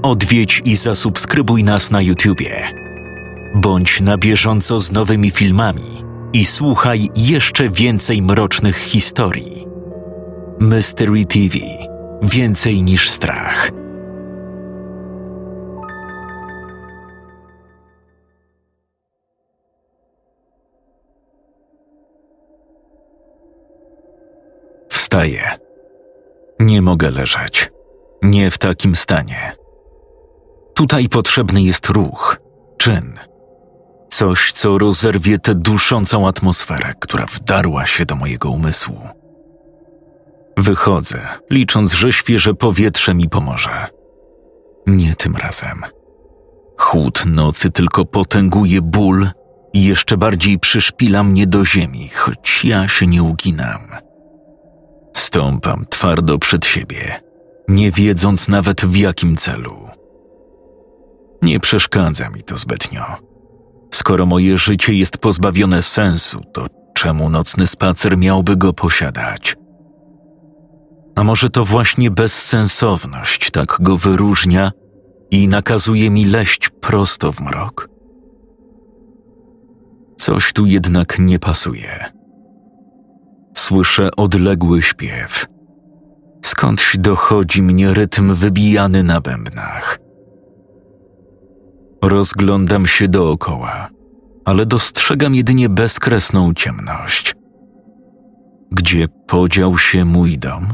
Odwiedź i zasubskrybuj nas na YouTubie. Bądź na bieżąco z nowymi filmami i słuchaj jeszcze więcej mrocznych historii. Mystery TV. Więcej niż strach. Wstaję. Nie mogę leżeć. Nie w takim stanie. Tutaj potrzebny jest ruch, czyn. Coś, co rozerwie tę duszącą atmosferę, która wdarła się do mojego umysłu. Wychodzę, licząc, że świeże powietrze mi pomoże. Nie tym razem. Chłód nocy tylko potęguje ból i jeszcze bardziej przyszpila mnie do ziemi, choć ja się nie uginam. Stąpam twardo przed siebie, nie wiedząc nawet w jakim celu. Nie przeszkadza mi to zbytnio. Skoro moje życie jest pozbawione sensu, to czemu nocny spacer miałby go posiadać? A może to właśnie bezsensowność tak go wyróżnia i nakazuje mi leść prosto w mrok? Coś tu jednak nie pasuje. Słyszę odległy śpiew. Skądś dochodzi mnie rytm wybijany na bębnach. Rozglądam się dookoła, ale dostrzegam jedynie bezkresną ciemność. Gdzie podział się mój dom?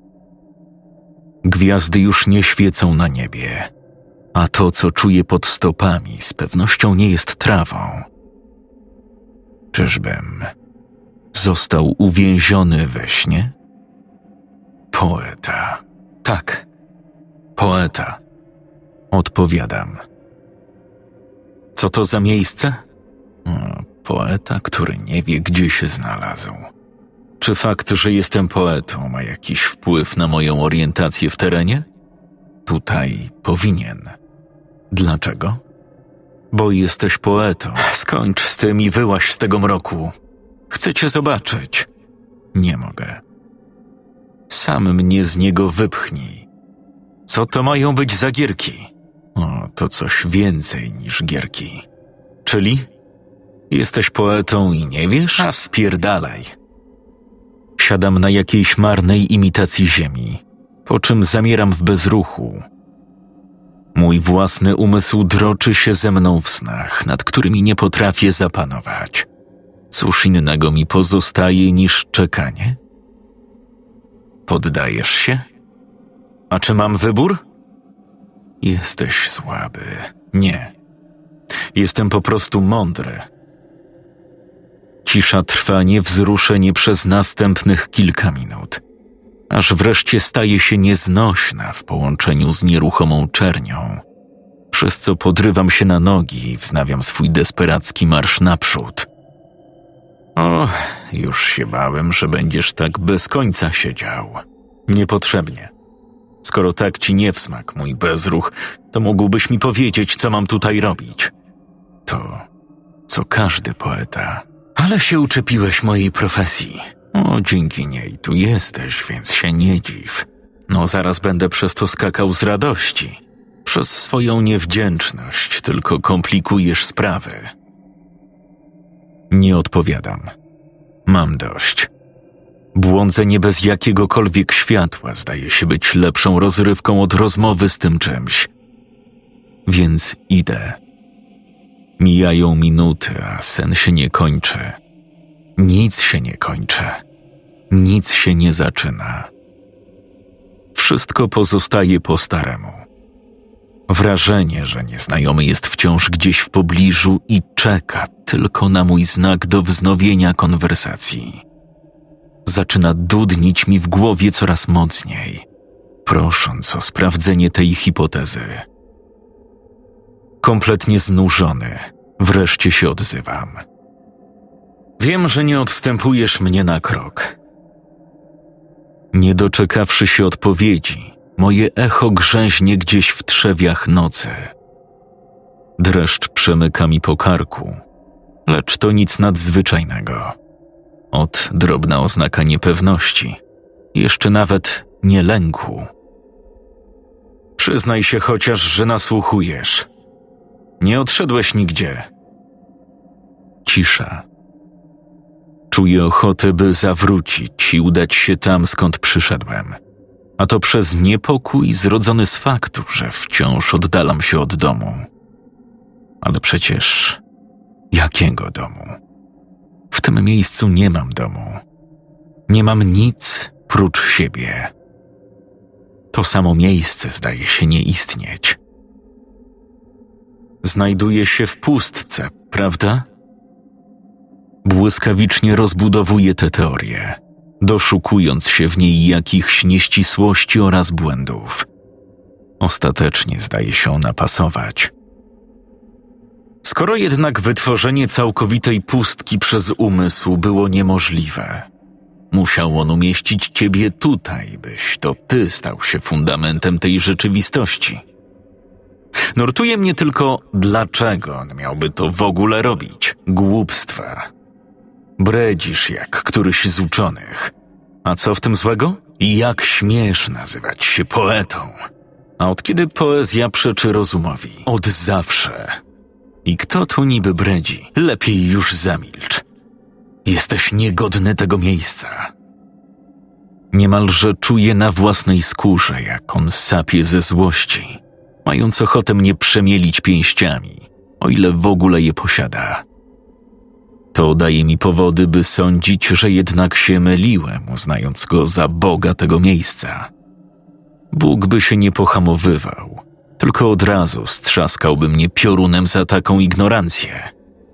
Gwiazdy już nie świecą na niebie, a to, co czuję pod stopami, z pewnością nie jest trawą. Czyżbym został uwięziony we śnie? Poeta. Tak, poeta. Odpowiadam. Co to za miejsce? Poeta, który nie wie, gdzie się znalazł. Czy fakt, że jestem poetą, ma jakiś wpływ na moją orientację w terenie? Tutaj powinien. Dlaczego? Bo jesteś poetą. Skończ z tym i wyłaź z tego mroku. Chcę cię zobaczyć. Nie mogę. Sam mnie z niego wypchnij. Co to mają być za gierki? To coś więcej niż gierki. Czyli? Jesteś poetą i nie wiesz? A spierdalaj. Siadam na jakiejś marnej imitacji ziemi, po czym zamieram w bezruchu. Mój własny umysł droczy się ze mną w snach, nad którymi nie potrafię zapanować. Cóż innego mi pozostaje niż czekanie? Poddajesz się? A czy mam wybór? Jesteś słaby. Nie. Jestem po prostu mądry. Cisza trwa niewzruszenie przez następnych kilka minut, aż wreszcie staje się nieznośna w połączeniu z nieruchomą czernią, przez co podrywam się na nogi i wznawiam swój desperacki marsz naprzód. Już się bałem, że będziesz tak bez końca siedział. Niepotrzebnie. Skoro tak ci nie w smak mój bezruch, to mógłbyś mi powiedzieć, co mam tutaj robić. To, co każdy poeta. Ale się uczepiłeś mojej profesji. Dzięki niej tu jesteś, więc się nie dziw. Zaraz będę przez to skakał z radości. Przez swoją niewdzięczność tylko komplikujesz sprawy. Nie odpowiadam. Mam dość. Błądzenie bez jakiegokolwiek światła zdaje się być lepszą rozrywką od rozmowy z tym czymś. Więc idę. Mijają minuty, a sen się nie kończy. Nic się nie kończy. Nic się nie zaczyna. Wszystko pozostaje po staremu. Wrażenie, że nieznajomy jest wciąż gdzieś w pobliżu i czeka tylko na mój znak do wznowienia konwersacji. Zaczyna dudnić mi w głowie coraz mocniej, prosząc o sprawdzenie tej hipotezy. Kompletnie znużony, wreszcie się odzywam. Wiem, że nie odstępujesz mnie na krok. Nie doczekawszy się odpowiedzi, moje echo grzęźnie gdzieś w trzewiach nocy. Dreszcz przemyka mi po karku, lecz to nic nadzwyczajnego. Drobna oznaka niepewności, jeszcze nawet nie lęku. Przyznaj się chociaż, że nasłuchujesz. Nie odszedłeś nigdzie. Cisza. Czuję ochotę, by zawrócić i udać się tam, skąd przyszedłem. A to przez niepokój zrodzony z faktu, że wciąż oddalam się od domu. Ale przecież jakiego domu? W tym miejscu nie mam domu. Nie mam nic prócz siebie. To samo miejsce zdaje się nie istnieć. Znajduję się w pustce, prawda? Błyskawicznie rozbudowuję tę teorię, doszukując się w niej jakichś nieścisłości oraz błędów. Ostatecznie zdaje się ona pasować. Skoro jednak wytworzenie całkowitej pustki przez umysł było niemożliwe, musiał on umieścić ciebie tutaj, byś to ty stał się fundamentem tej rzeczywistości. Nurtuje mnie tylko, dlaczego on miałby to w ogóle robić. Głupstwa. Bredzisz jak któryś z uczonych. A co w tym złego? Jak śmiesz nazywać się poetą? A od kiedy poezja przeczy rozumowi? Od zawsze. I kto tu niby bredzi? Lepiej już zamilcz. Jesteś niegodny tego miejsca. Niemalże czuję na własnej skórze, jak on sapie ze złości, mając ochotę mnie przemielić pięściami, o ile w ogóle je posiada. To daje mi powody, by sądzić, że jednak się myliłem, uznając go za Boga tego miejsca. Bóg by się nie pohamowywał, tylko od razu strzaskałby mnie piorunem za taką ignorancję.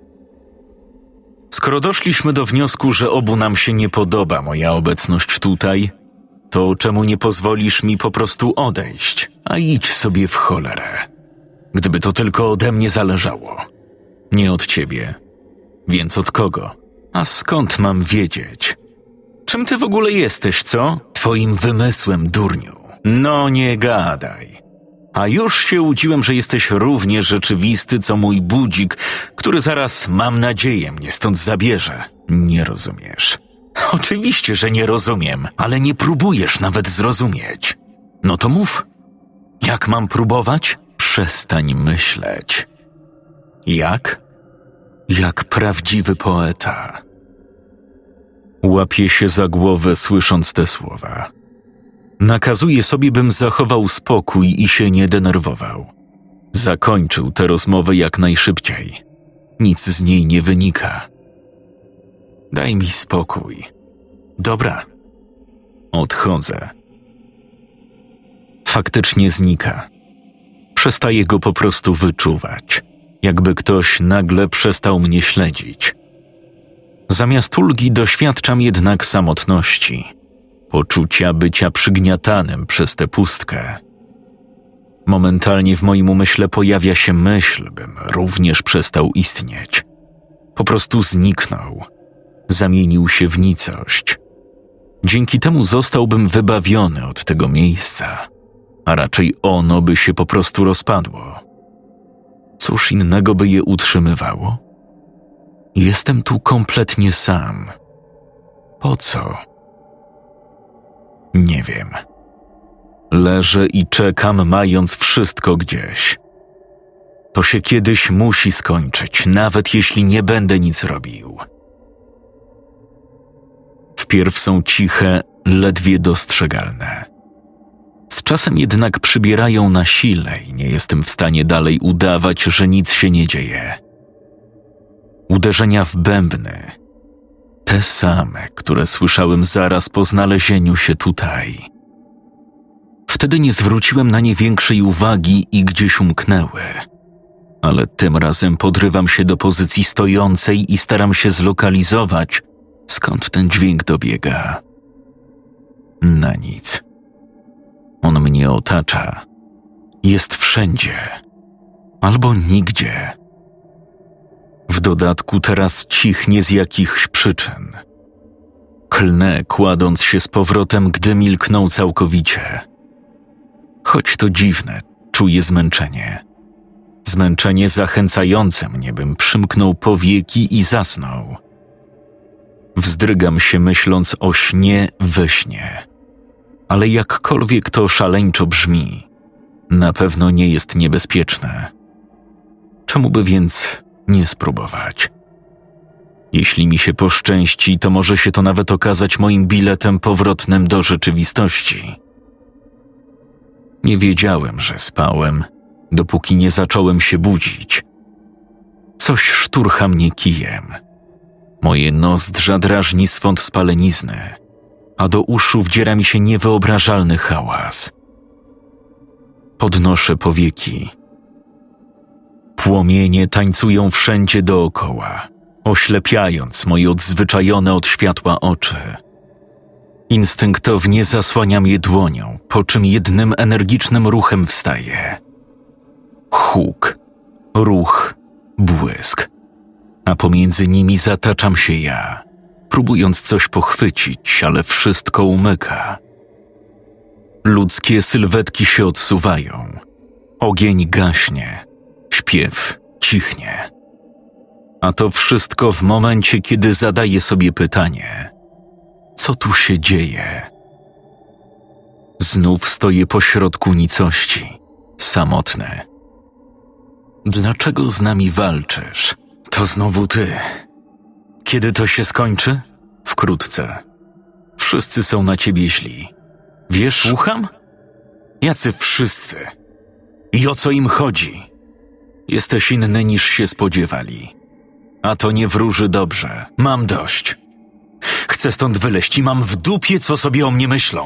Skoro doszliśmy do wniosku, że obu nam się nie podoba moja obecność tutaj, to czemu nie pozwolisz mi po prostu odejść, a idź sobie w cholerę? Gdyby to tylko ode mnie zależało. Nie od ciebie. Więc od kogo? A skąd mam wiedzieć? Czym ty w ogóle jesteś, co? Twoim wymysłem, durniu. No nie gadaj. A już się łudziłem, że jesteś równie rzeczywisty, co mój budzik, który zaraz, mam nadzieję, mnie stąd zabierze. Nie rozumiesz. Oczywiście, że nie rozumiem, ale nie próbujesz nawet zrozumieć. No to mów. Jak mam próbować? Przestań myśleć. Jak? Jak prawdziwy poeta. Łapię się za głowę, słysząc te słowa. Nakazuję sobie, bym zachował spokój i się nie denerwował. Zakończył tę rozmowę jak najszybciej. Nic z niej nie wynika. Daj mi spokój. Dobra. Odchodzę. Faktycznie znika. Przestaję go po prostu wyczuwać. Jakby ktoś nagle przestał mnie śledzić. Zamiast ulgi doświadczam jednak samotności. Poczucia bycia przygniatanym przez tę pustkę. Momentalnie w moim umyśle pojawia się myśl, bym również przestał istnieć. Po prostu zniknął. Zamienił się w nicość. Dzięki temu zostałbym wybawiony od tego miejsca, a raczej ono by się po prostu rozpadło. Cóż innego by je utrzymywało? Jestem tu kompletnie sam. Po co? Nie wiem. Leżę i czekam, mając wszystko gdzieś. To się kiedyś musi skończyć, nawet jeśli nie będę nic robił. Wpierw są ciche, ledwie dostrzegalne. Z czasem jednak przybierają na sile i nie jestem w stanie dalej udawać, że nic się nie dzieje. Uderzenia w bębny. Te same, które słyszałem zaraz po znalezieniu się tutaj. Wtedy nie zwróciłem na nie większej uwagi i gdzieś umknęły. Ale tym razem podrywam się do pozycji stojącej i staram się zlokalizować, skąd ten dźwięk dobiega. Na nic. On mnie otacza. Jest wszędzie. Albo nigdzie. W dodatku teraz cichnie z jakichś przyczyn. Klnę, kładąc się z powrotem, gdy milknął całkowicie. Choć to dziwne, czuję zmęczenie. Zmęczenie zachęcające mnie, bym przymknął powieki i zasnął. Wzdrygam się, myśląc o śnie we śnie. Ale jakkolwiek to szaleńczo brzmi, Na pewno nie jest niebezpieczne. Czemu by więc nie spróbować? Jeśli mi się poszczęści, to może się to nawet okazać moim biletem powrotnym do rzeczywistości. Nie wiedziałem, że spałem, dopóki nie zacząłem się budzić. Coś szturcha mnie kijem. Moje nozdrza drażni swąd spalenizny, a do uszu wdziera mi się niewyobrażalny hałas. Podnoszę powieki. Płomienie tańcują wszędzie dookoła, oślepiając moje odzwyczajone od światła oczy. Instynktownie zasłaniam je dłonią, po czym jednym energicznym ruchem wstaję. Huk, ruch, błysk, a pomiędzy nimi zataczam się ja, próbując coś pochwycić, ale wszystko umyka. Ludzkie sylwetki się odsuwają, ogień gaśnie, śpiew cichnie. A to wszystko w momencie, kiedy zadaję sobie pytanie: co tu się dzieje? Znów stoję pośrodku nicości, samotny. Dlaczego z nami walczysz? To znowu ty. Kiedy to się skończy? Wkrótce. Wszyscy są na ciebie źli. Wiesz, słucham? Jacy wszyscy? I o co im chodzi? Jesteś inny niż się spodziewali. A to nie wróży dobrze. Mam dość. Chcę stąd wyleźć i mam w dupie, co sobie o mnie myślą.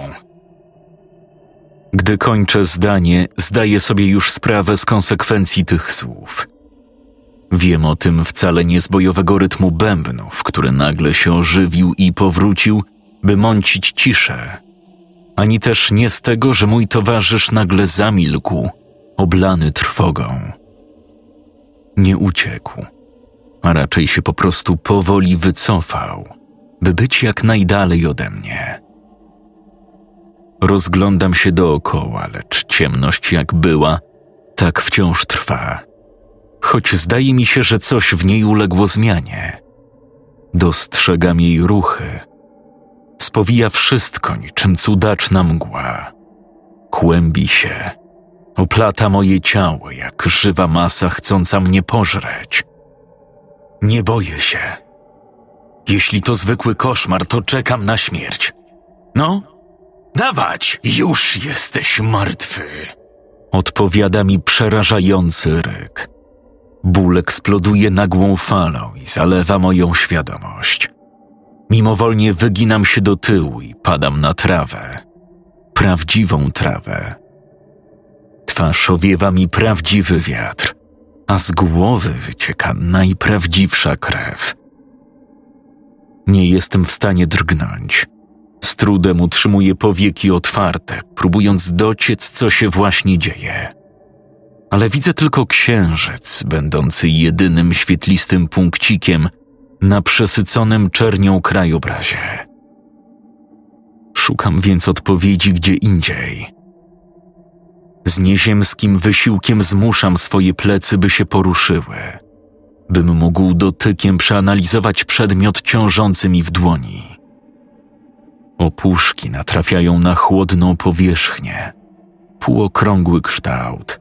Gdy kończę zdanie, zdaję sobie już sprawę z konsekwencji tych słów. Wiem o tym wcale nie z bojowego rytmu bębnów, który nagle się ożywił i powrócił, by mącić ciszę, ani też nie z tego, że mój towarzysz nagle zamilkł, oblany trwogą. Nie uciekł, a raczej się po prostu powoli wycofał, by być jak najdalej ode mnie. Rozglądam się dookoła, lecz ciemność jak była, tak wciąż trwa. Choć zdaje mi się, że coś w niej uległo zmianie. Dostrzegam jej ruchy. Spowija wszystko niczym cudaczna mgła. Kłębi się. Oplata moje ciało jak żywa masa chcąca mnie pożreć. Nie boję się. Jeśli to zwykły koszmar, to czekam na śmierć. No, dawać! Już jesteś martwy! Odpowiada mi przerażający ryk. Ból eksploduje nagłą falą i zalewa moją świadomość. Mimowolnie wyginam się do tyłu i padam na trawę. Prawdziwą trawę. Twarz owiewa mi prawdziwy wiatr, a z głowy wycieka najprawdziwsza krew. Nie jestem w stanie drgnąć. Z trudem utrzymuję powieki otwarte, próbując dociec, co się właśnie dzieje. Ale widzę tylko księżyc, będący jedynym świetlistym punkcikiem na przesyconym czernią krajobrazie. Szukam więc odpowiedzi gdzie indziej. Z nieziemskim wysiłkiem zmuszam swoje plecy, by się poruszyły, bym mógł dotykiem przeanalizować przedmiot ciążący mi w dłoni. Opuszki natrafiają na chłodną powierzchnię, półokrągły kształt.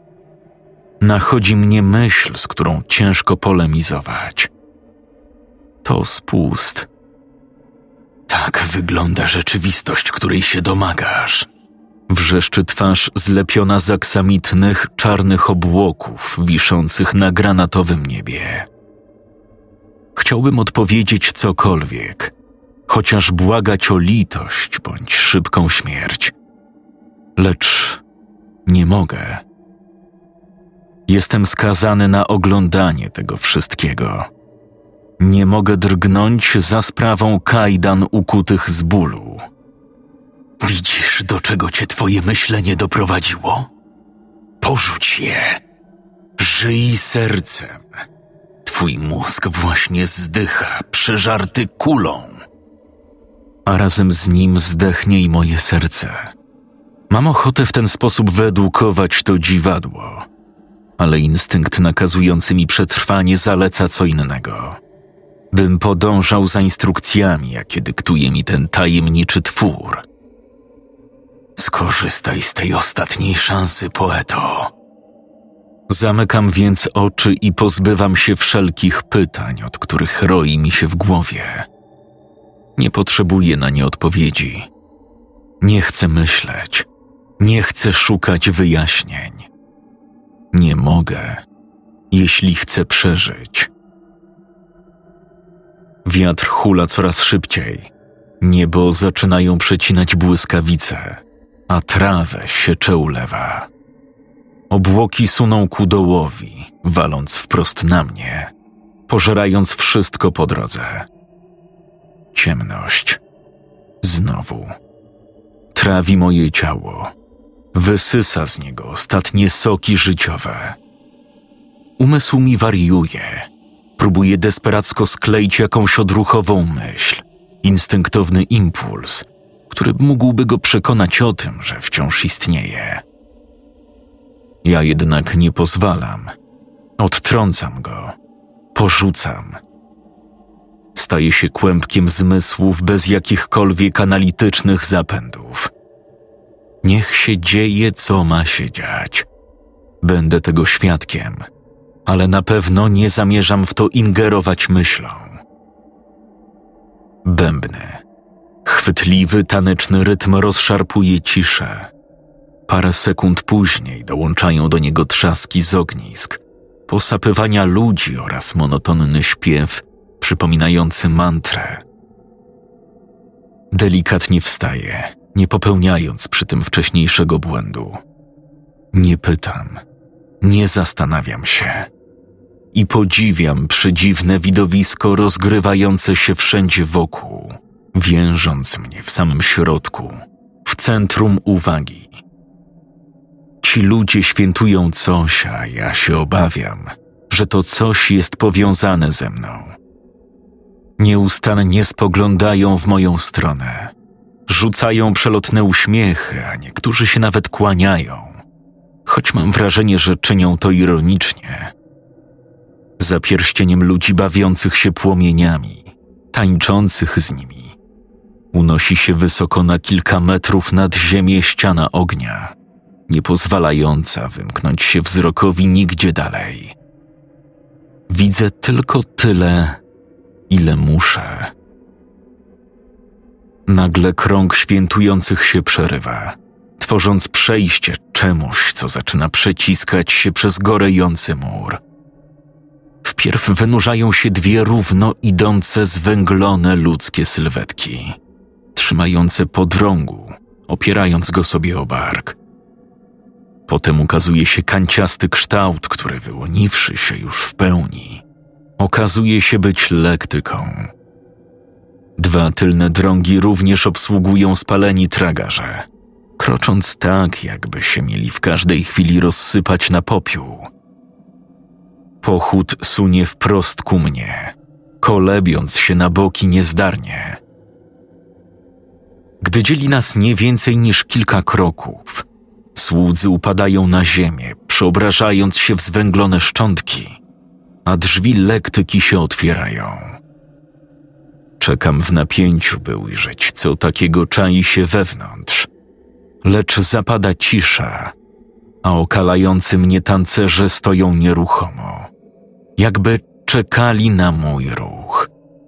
Nachodzi mnie myśl, z którą ciężko polemizować. To spust. Tak wygląda rzeczywistość, której się domagasz. Wrzeszczy twarz zlepiona z aksamitnych, czarnych obłoków wiszących na granatowym niebie. Chciałbym odpowiedzieć cokolwiek, chociaż błagać o litość bądź szybką śmierć. Lecz nie mogę. Jestem skazany na oglądanie tego wszystkiego. Nie mogę drgnąć za sprawą kajdan ukutych z bólu. Widzisz, do czego cię twoje myślenie doprowadziło? Porzuć je. Żyj sercem. Twój mózg właśnie zdycha, przeżarty kulą. A razem z nim zdechnie i moje serce. Mam ochotę w ten sposób wyedukować to dziwadło, ale instynkt nakazujący mi przetrwanie zaleca co innego. Bym podążał za instrukcjami, jakie dyktuje mi ten tajemniczy twór. Skorzystaj z tej ostatniej szansy, poeto. Zamykam więc oczy i pozbywam się wszelkich pytań, od których roi mi się w głowie. Nie potrzebuję na nie odpowiedzi. Nie chcę myśleć. Nie chcę szukać wyjaśnień. Nie mogę, jeśli chcę przeżyć. Wiatr hula coraz szybciej. Niebo zaczynają przecinać błyskawice, a trawę siecze ulewa. Obłoki suną ku dołowi, waląc wprost na mnie, pożerając wszystko po drodze. Ciemność. Znowu. Trawi moje ciało. Wysysa z niego ostatnie soki życiowe. Umysł mi wariuje. Próbuje desperacko skleić jakąś odruchową myśl, instynktowny impuls, który mógłby go przekonać o tym, że wciąż istnieje. Ja jednak nie pozwalam. Odtrącam go. Porzucam. Staję się kłębkiem zmysłów bez jakichkolwiek analitycznych zapędów. Niech się dzieje, co ma się dziać. Będę tego świadkiem, ale na pewno nie zamierzam w to ingerować myślą. Bębny. Chwytliwy, taneczny rytm rozszarpuje ciszę. Parę sekund później dołączają do niego trzaski z ognisk, posapywania ludzi oraz monotonny śpiew przypominający mantrę. Delikatnie wstaję, nie popełniając przy tym wcześniejszego błędu. Nie pytam, nie zastanawiam się i podziwiam przedziwne widowisko rozgrywające się wszędzie wokół, więżąc mnie w samym środku, w centrum uwagi. Ci ludzie świętują coś, a ja się obawiam, że to coś jest powiązane ze mną. Nieustannie spoglądają w moją stronę. Rzucają przelotne uśmiechy, a niektórzy się nawet kłaniają, choć mam wrażenie, że czynią to ironicznie. Za pierścieniem ludzi bawiących się płomieniami, tańczących z nimi, unosi się wysoko na kilka metrów nad ziemię ściana ognia, nie pozwalająca wymknąć się wzrokowi nigdzie dalej. Widzę tylko tyle, ile muszę. Nagle krąg świętujących się przerywa, tworząc przejście czemuś, co zaczyna przeciskać się przez gorejący mur. Wpierw wynurzają się dwie równo idące zwęglone ludzkie sylwetki, trzymające podrągu, opierając go sobie o bark. Potem ukazuje się kanciasty kształt, który wyłoniwszy się już w pełni, okazuje się być lektyką. Dwa tylne drągi również obsługują spaleni tragarze, krocząc tak, jakby się mieli w każdej chwili rozsypać na popiół. Pochód sunie wprost ku mnie, kolebiąc się na boki niezdarnie. Gdy dzieli nas nie więcej niż kilka kroków, słudzy upadają na ziemię, przeobrażając się w zwęglone szczątki, a drzwi lektyki się otwierają. Czekam w napięciu, by ujrzeć, co takiego czai się wewnątrz. Lecz zapada cisza, a okalający mnie tancerze stoją nieruchomo, jakby czekali na mój ruch.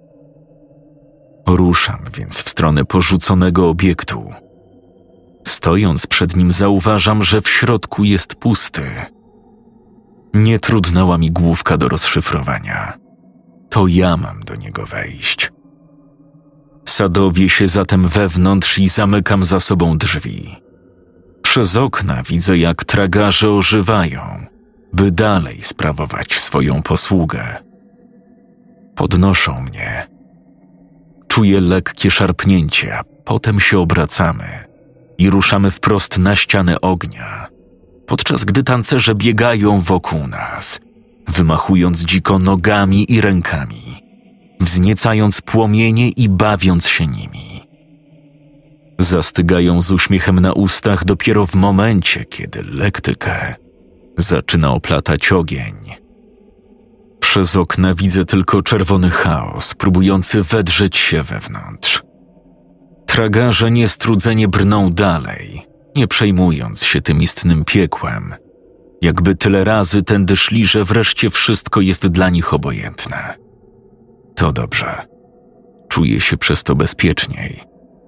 Ruszam więc w stronę porzuconego obiektu. Stojąc przed nim zauważam, że w środku jest pusty. Nie trudnęła mi główka do rozszyfrowania. To ja mam do niego wejść. Sadowię się zatem wewnątrz i zamykam za sobą drzwi. Przez okna widzę, jak tragarze ożywają, by dalej sprawować swoją posługę. Podnoszą mnie. Czuję lekkie szarpnięcie, a potem się obracamy i ruszamy wprost na ścianę ognia, podczas gdy tancerze biegają wokół nas, wymachując dziko nogami i rękami, wzniecając płomienie i bawiąc się nimi. Zastygają z uśmiechem na ustach dopiero w momencie, kiedy lektykę zaczyna oplatać ogień. Przez okna widzę tylko czerwony chaos, próbujący wedrzeć się wewnątrz. Tragarze niestrudzenie brną dalej, nie przejmując się tym istnym piekłem, jakby tyle razy tędy szli, że wreszcie wszystko jest dla nich obojętne. To dobrze. Czuję się przez to bezpieczniej.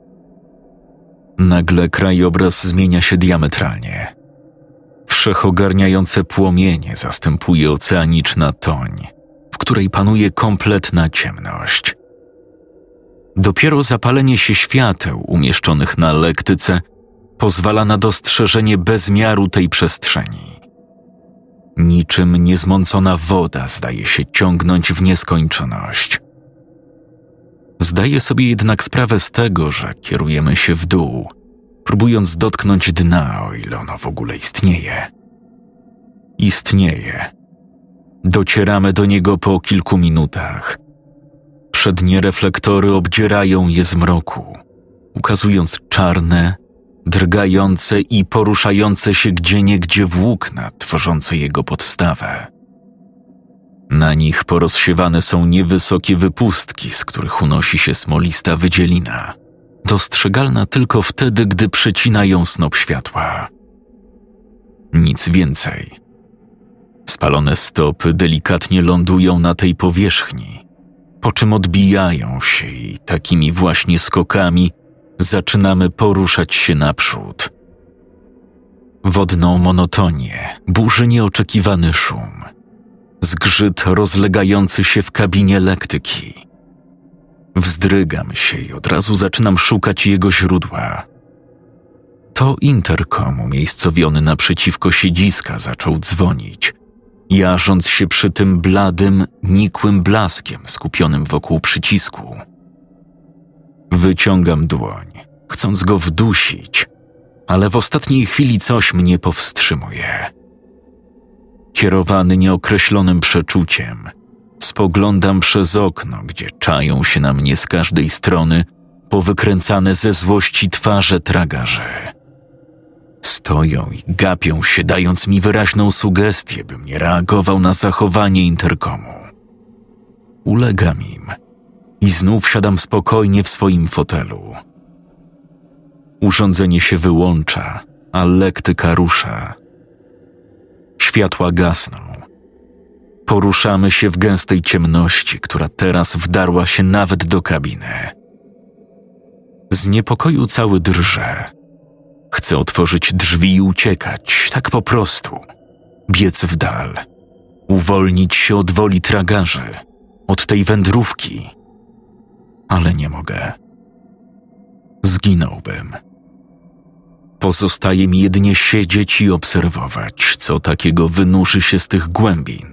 Nagle krajobraz zmienia się diametralnie. Wszechogarniające płomienie zastępuje oceaniczna toń, w której panuje kompletna ciemność. Dopiero zapalenie się świateł umieszczonych na lektyce pozwala na dostrzeżenie bezmiaru tej przestrzeni. Niczym niezmącona woda zdaje się ciągnąć w nieskończoność. Zdaję sobie jednak sprawę z tego, że kierujemy się w dół, próbując dotknąć dna, o ile ono w ogóle istnieje. Istnieje. Docieramy do niego po kilku minutach. Przednie reflektory obdzierają je z mroku, ukazując czarne, drgające i poruszające się gdzieniegdzie włókna tworzące jego podstawę. Na nich porozsiewane są niewysokie wypustki, z których unosi się smolista wydzielina, dostrzegalna tylko wtedy, gdy przycina ją snop światła. Nic więcej. Spalone stopy delikatnie lądują na tej powierzchni, po czym odbijają się i takimi właśnie skokami zaczynamy poruszać się naprzód. Wodną monotonię burzy nieoczekiwany szum. Zgrzyt rozlegający się w kabinie lektyki. Wzdrygam się i od razu zaczynam szukać jego źródła. To interkom umiejscowiony naprzeciwko siedziska zaczął dzwonić, jarząc się przy tym bladym, nikłym blaskiem skupionym wokół przycisku. Wyciągam dłoń, chcąc go wdusić, ale w ostatniej chwili coś mnie powstrzymuje. Kierowany nieokreślonym przeczuciem, spoglądam przez okno, gdzie czają się na mnie z każdej strony powykręcane ze złości twarze tragarzy. Stoją i gapią się, dając mi wyraźną sugestię, bym nie reagował na zachowanie interkomu. Ulegam im i znów siadam spokojnie w swoim fotelu. Urządzenie się wyłącza, a lektyka rusza. Światła gasną. Poruszamy się w gęstej ciemności, która teraz wdarła się nawet do kabiny. Z niepokoju cały drżę. Chcę otworzyć drzwi i uciekać, tak po prostu. Biec w dal. Uwolnić się od woli tragarzy, od tej wędrówki. Ale nie mogę. Zginąłbym. Pozostaje mi jedynie siedzieć i obserwować, co takiego wynurzy się z tych głębin.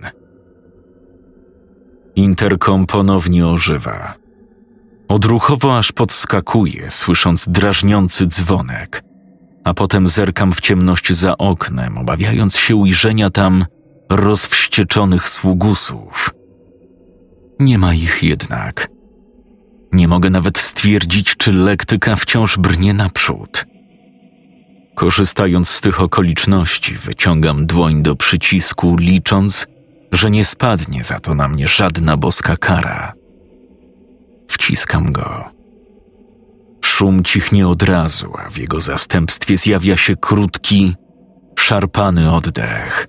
Interkom ponownie ożywa. Odruchowo aż podskakuję, słysząc drażniący dzwonek, a potem zerkam w ciemność za oknem, obawiając się ujrzenia tam rozwścieczonych sługusów. Nie ma ich jednak. Nie mogę nawet stwierdzić, czy lektyka wciąż brnie naprzód. Korzystając z tych okoliczności, wyciągam dłoń do przycisku, licząc, że nie spadnie za to na mnie żadna boska kara. Wciskam go. Szum cichnie od razu, a w jego zastępstwie zjawia się krótki, szarpany oddech.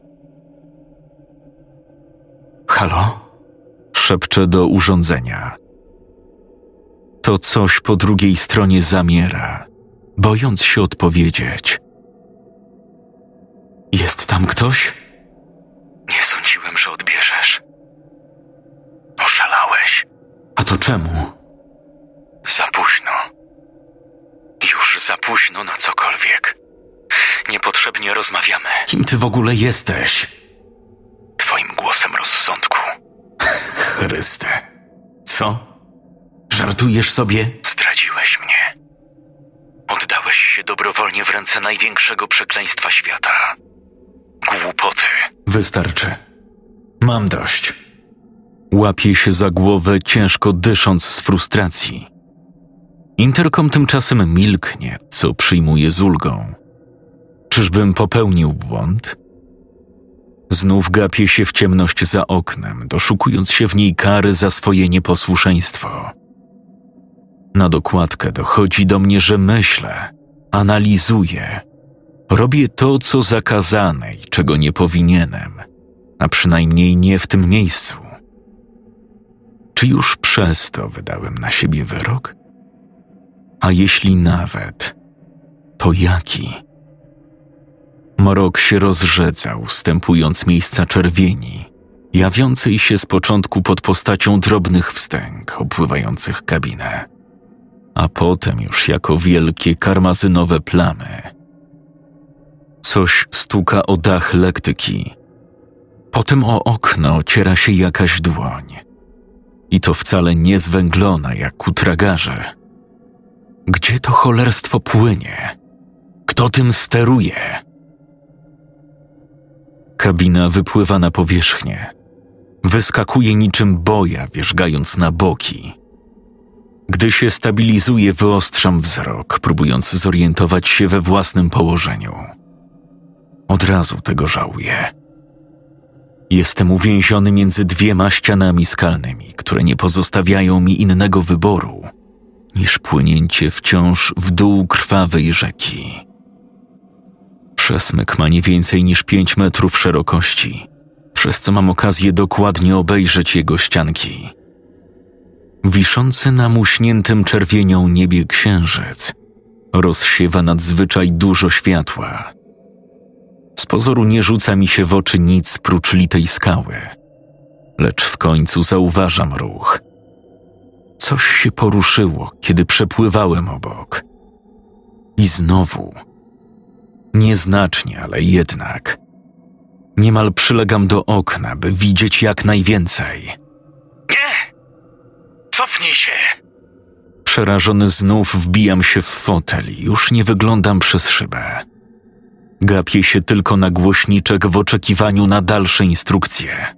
Halo? Szepczę do urządzenia. To coś po drugiej stronie zamiera, bojąc się odpowiedzieć. Jest tam ktoś? Nie sądziłem, że odbierzesz. Oszalałeś. A to czemu? Za późno. Już za późno na cokolwiek. Niepotrzebnie rozmawiamy. Kim ty w ogóle jesteś? Twoim głosem rozsądku. Chryste. Co? Żartujesz sobie? Zdradziłeś mnie. Oddałeś się dobrowolnie w ręce największego przekleństwa świata. Głupoty. Wystarczy. Mam dość. Łapię się za głowę, ciężko dysząc z frustracji. Interkom tymczasem milknie, co przyjmuję z ulgą. Czyżbym popełnił błąd? Znów gapię się w ciemność za oknem, doszukując się w niej kary za swoje nieposłuszeństwo. Na dokładkę dochodzi do mnie, że myślę, analizuję Robię to, co zakazane i czego nie powinienem, a przynajmniej nie w tym miejscu. Czy już przez to wydałem na siebie wyrok? A jeśli nawet, to jaki? Mrok się rozrzedzał, stępując miejsca czerwieni, jawiącej się z początku pod postacią drobnych wstęg opływających kabinę, a potem już jako wielkie karmazynowe plamy. Coś stuka o dach lektyki. Potem o okno ociera się jakaś dłoń. I to wcale nie zwęglona jak ku tragarze. Gdzie to cholerstwo płynie? Kto tym steruje? Kabina wypływa na powierzchnię. Wyskakuje niczym boja, wierzgając na boki. Gdy się stabilizuje, wyostrzam wzrok, próbując zorientować się we własnym położeniu. Od razu tego żałuję. Jestem uwięziony między dwiema ścianami skalnymi, które nie pozostawiają mi innego wyboru niż płynięcie wciąż w dół krwawej rzeki. Przesmyk ma nie więcej niż 5 metrów szerokości, przez co mam okazję dokładnie obejrzeć jego ścianki. Wiszący na muśniętym czerwienią niebie księżyc rozsiewa nadzwyczaj dużo światła. Z pozoru nie rzuca mi się w oczy nic prócz litej skały, lecz w końcu zauważam ruch. Coś się poruszyło, kiedy przepływałem obok. I znowu, nieznacznie, ale jednak, niemal przylegam do okna, by widzieć jak najwięcej. Nie! Cofnij się! Przerażony znów wbijam się w fotel i już nie wyglądam przez szybę. Gapię się tylko na głośniczek w oczekiwaniu na dalsze instrukcje.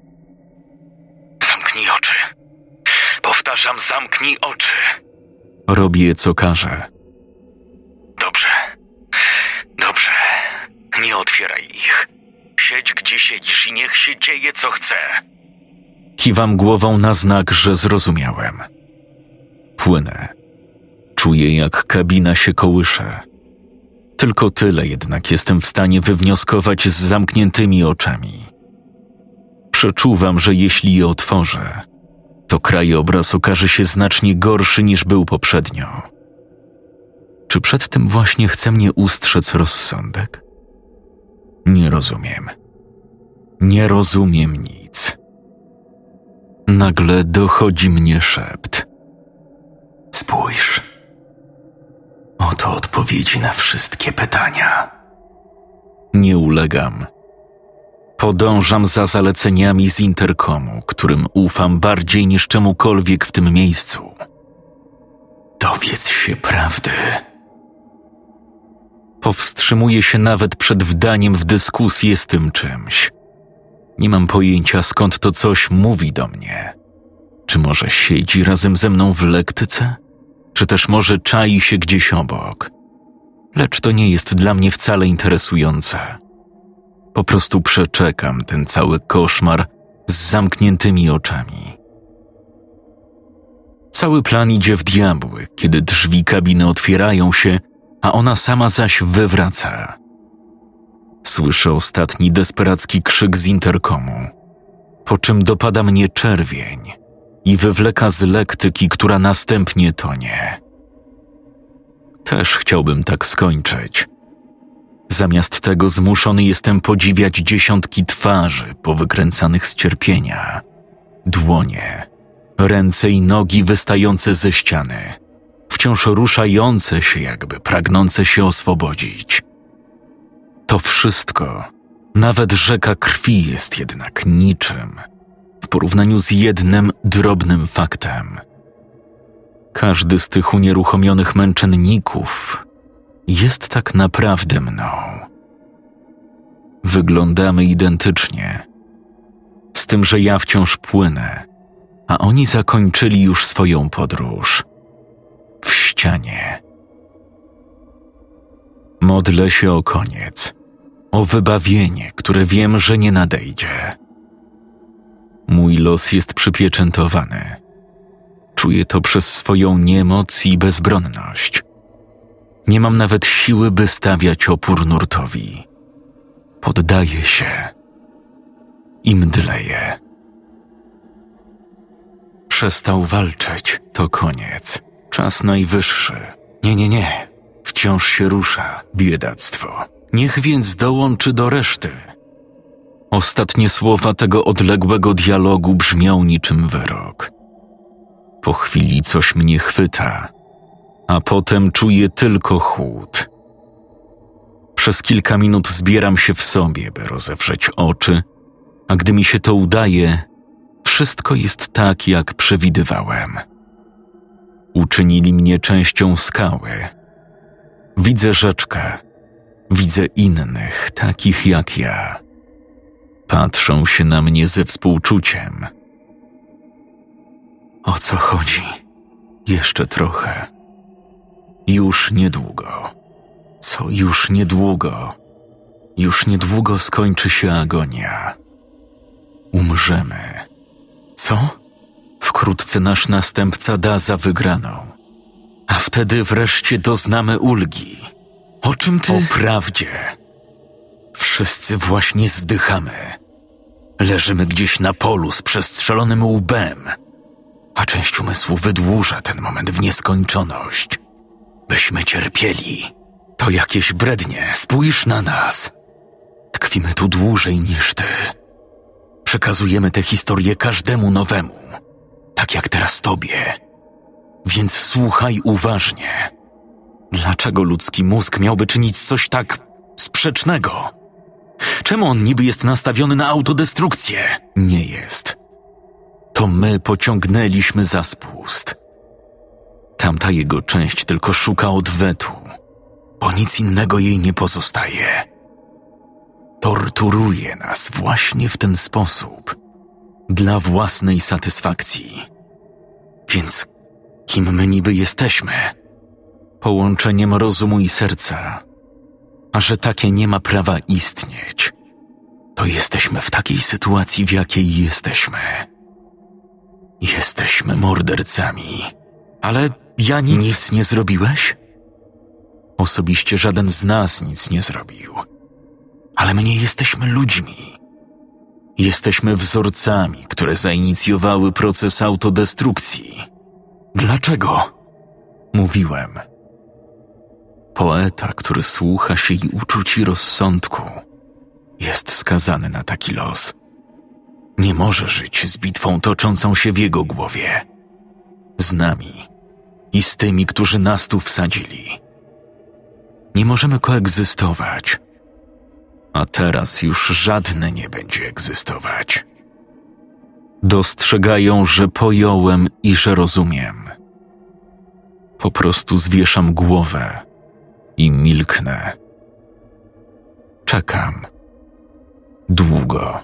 Zamknij oczy. Powtarzam, zamknij oczy. Robię, co każę. Dobrze. Dobrze. Nie otwieraj ich. Siedź, gdzie siedzisz i niech się dzieje, co chce. Kiwam głową na znak, że zrozumiałem. Płynę. Czuję, jak kabina się kołysze. Tylko tyle jednak jestem w stanie wywnioskować z zamkniętymi oczami. Przeczuwam, że jeśli je otworzę, to krajobraz okaże się znacznie gorszy niż był poprzednio. Czy przed tym właśnie chce mnie ustrzec rozsądek? Nie rozumiem. Nie rozumiem nic. Nagle dochodzi mnie szept. Spójrz. Oto odpowiedzi na wszystkie pytania. Nie ulegam. Podążam za zaleceniami z interkomu, którym ufam bardziej niż czemukolwiek w tym miejscu. Dowiedz się prawdy. Powstrzymuję się nawet przed wdaniem w dyskusję z tym czymś. Nie mam pojęcia, skąd to coś mówi do mnie. Czy może siedzi razem ze mną w lektyce? Czy też może czai się gdzieś obok? Lecz to nie jest dla mnie wcale interesujące. Po prostu przeczekam ten cały koszmar z zamkniętymi oczami. Cały plan idzie w diabły, kiedy drzwi kabiny otwierają się, a ona sama zaś wywraca. Słyszę ostatni desperacki krzyk z interkomu, po czym dopada mnie czerwień i wywleka z lektyki, która następnie tonie. Też chciałbym tak skończyć. Zamiast tego zmuszony jestem podziwiać dziesiątki twarzy powykręcanych z cierpienia, dłonie, ręce i nogi wystające ze ściany, wciąż ruszające się, jakby pragnące się oswobodzić. To wszystko, nawet rzeka krwi, jest jednak niczym w porównaniu z jednym drobnym faktem. Każdy z tych unieruchomionych męczenników jest tak naprawdę mną. Wyglądamy identycznie, z tym, że ja wciąż płynę, a oni zakończyli już swoją podróż w ścianie. Modlę się o koniec, o wybawienie, które wiem, że nie nadejdzie. Mój los jest przypieczętowany. Czuję to przez swoją niemoc i bezbronność. Nie mam nawet siły, by stawiać opór nurtowi. Poddaję się i mdleję. Przestał walczyć, to koniec. Czas najwyższy. Nie. Wciąż się rusza, biedactwo. Niech więc dołączy do reszty. Ostatnie słowa tego odległego dialogu brzmią niczym wyrok. Po chwili coś mnie chwyta, a potem czuję tylko chłód. Przez kilka minut zbieram się w sobie, by rozewrzeć oczy, a gdy mi się to udaje, wszystko jest tak, jak przewidywałem. Uczynili mnie częścią skały. Widzę rzeczkę, widzę innych, takich jak ja. Patrzą się na mnie ze współczuciem. O co chodzi? Jeszcze trochę. Już niedługo. Co już niedługo? Już niedługo skończy się agonia. Umrzemy. Co? Wkrótce nasz następca da za wygraną. A wtedy wreszcie doznamy ulgi. O czym ty? O prawdzie. Wszyscy właśnie zdychamy. Leżymy gdzieś na polu z przestrzelonym łbem, a część umysłu wydłuża ten moment w nieskończoność. Byśmy cierpieli. To jakieś brednie, spójrz na nas. Tkwimy tu dłużej niż ty. Przekazujemy tę historię każdemu nowemu, tak jak teraz tobie. Więc słuchaj uważnie. Dlaczego ludzki mózg miałby czynić coś tak sprzecznego? Czemu on niby jest nastawiony na autodestrukcję? Nie jest. To my pociągnęliśmy za spust. Tamta jego część tylko szuka odwetu, bo nic innego jej nie pozostaje. Torturuje nas właśnie w ten sposób, dla własnej satysfakcji. Więc kim my niby jesteśmy? Połączeniem rozumu i serca. A że takie nie ma prawa istnieć, to jesteśmy w takiej sytuacji, w jakiej jesteśmy. Jesteśmy mordercami. Ale ja nic nie zrobiłeś? Osobiście żaden z nas nic nie zrobił. Ale my nie jesteśmy ludźmi. Jesteśmy wzorcami, które zainicjowały proces autodestrukcji. Dlaczego? Mówiłem. Poeta, który słucha się i uczuć i rozsądku, jest skazany na taki los. Nie może żyć z bitwą toczącą się w jego głowie. Z nami i z tymi, którzy nas tu wsadzili. Nie możemy koegzystować. A teraz już żadne nie będzie egzystować. Dostrzegają, że pojąłem i że rozumiem. Po prostu zwieszam głowę i milknę. Czekam. Długo.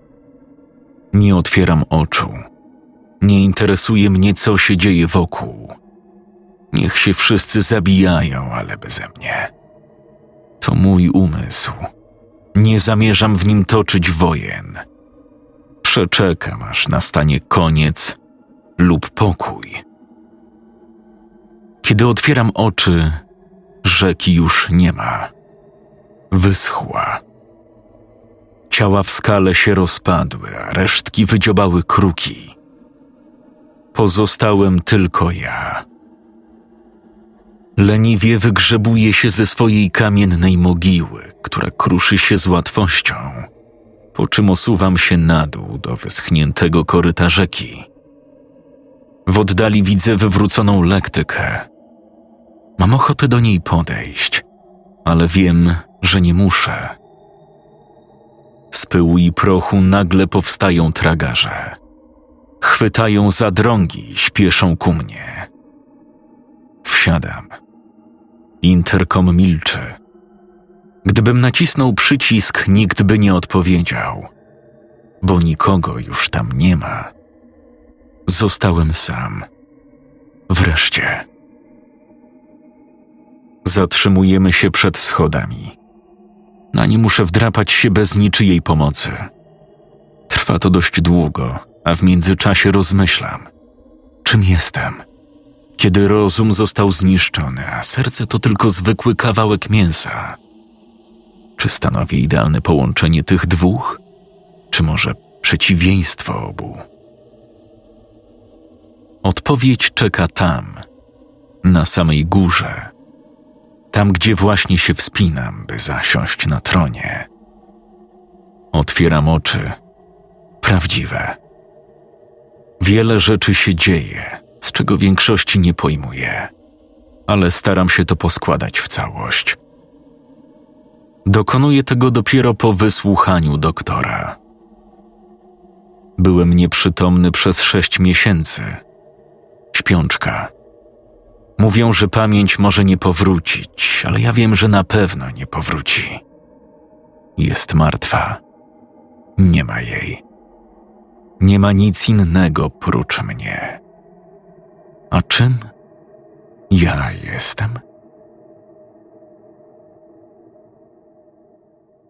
Nie otwieram oczu. Nie interesuje mnie, co się dzieje wokół. Niech się wszyscy zabijają, ale beze mnie. To mój umysł. Nie zamierzam w nim toczyć wojen. Przeczekam, aż nastanie koniec lub pokój. Kiedy otwieram oczy, rzeki już nie ma. Wyschła. Ciała w skale się rozpadły, a resztki wydziobały kruki. Pozostałem tylko ja. Leniwie wygrzebuję się ze swojej kamiennej mogiły, która kruszy się z łatwością, po czym osuwam się na dół do wyschniętego koryta rzeki. W oddali widzę wywróconą lektykę. Mam ochotę do niej podejść, ale wiem, że nie muszę. Z pyłu i prochu nagle powstają tragarze. Chwytają za drągi i śpieszą ku mnie. Wsiadam. Interkom milczy. Gdybym nacisnął przycisk, nikt by nie odpowiedział, bo nikogo już tam nie ma. Zostałem sam. Wreszcie. Zatrzymujemy się przed schodami. Na nie muszę wdrapać się bez niczyjej pomocy. Trwa to dość długo, a w międzyczasie rozmyślam. Czym jestem? Kiedy rozum został zniszczony, a serce to tylko zwykły kawałek mięsa. Czy stanowi idealne połączenie tych dwóch? Czy może przeciwieństwo obu? Odpowiedź czeka tam, na samej górze. Tam, gdzie właśnie się wspinam, by zasiąść na tronie. Otwieram oczy. Prawdziwe. Wiele rzeczy się dzieje, z czego większości nie pojmuję, ale staram się to poskładać w całość. Dokonuję tego dopiero po wysłuchaniu doktora. Byłem nieprzytomny przez 6 miesięcy. Śpiączka. Mówią, że pamięć może nie powrócić, ale ja wiem, że na pewno nie powróci. Jest martwa. Nie ma jej. Nie ma nic innego prócz mnie. A czym ja jestem?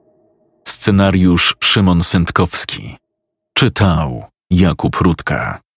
Scenariusz Szymon Sędkowski. Czytał Jakub Rutka.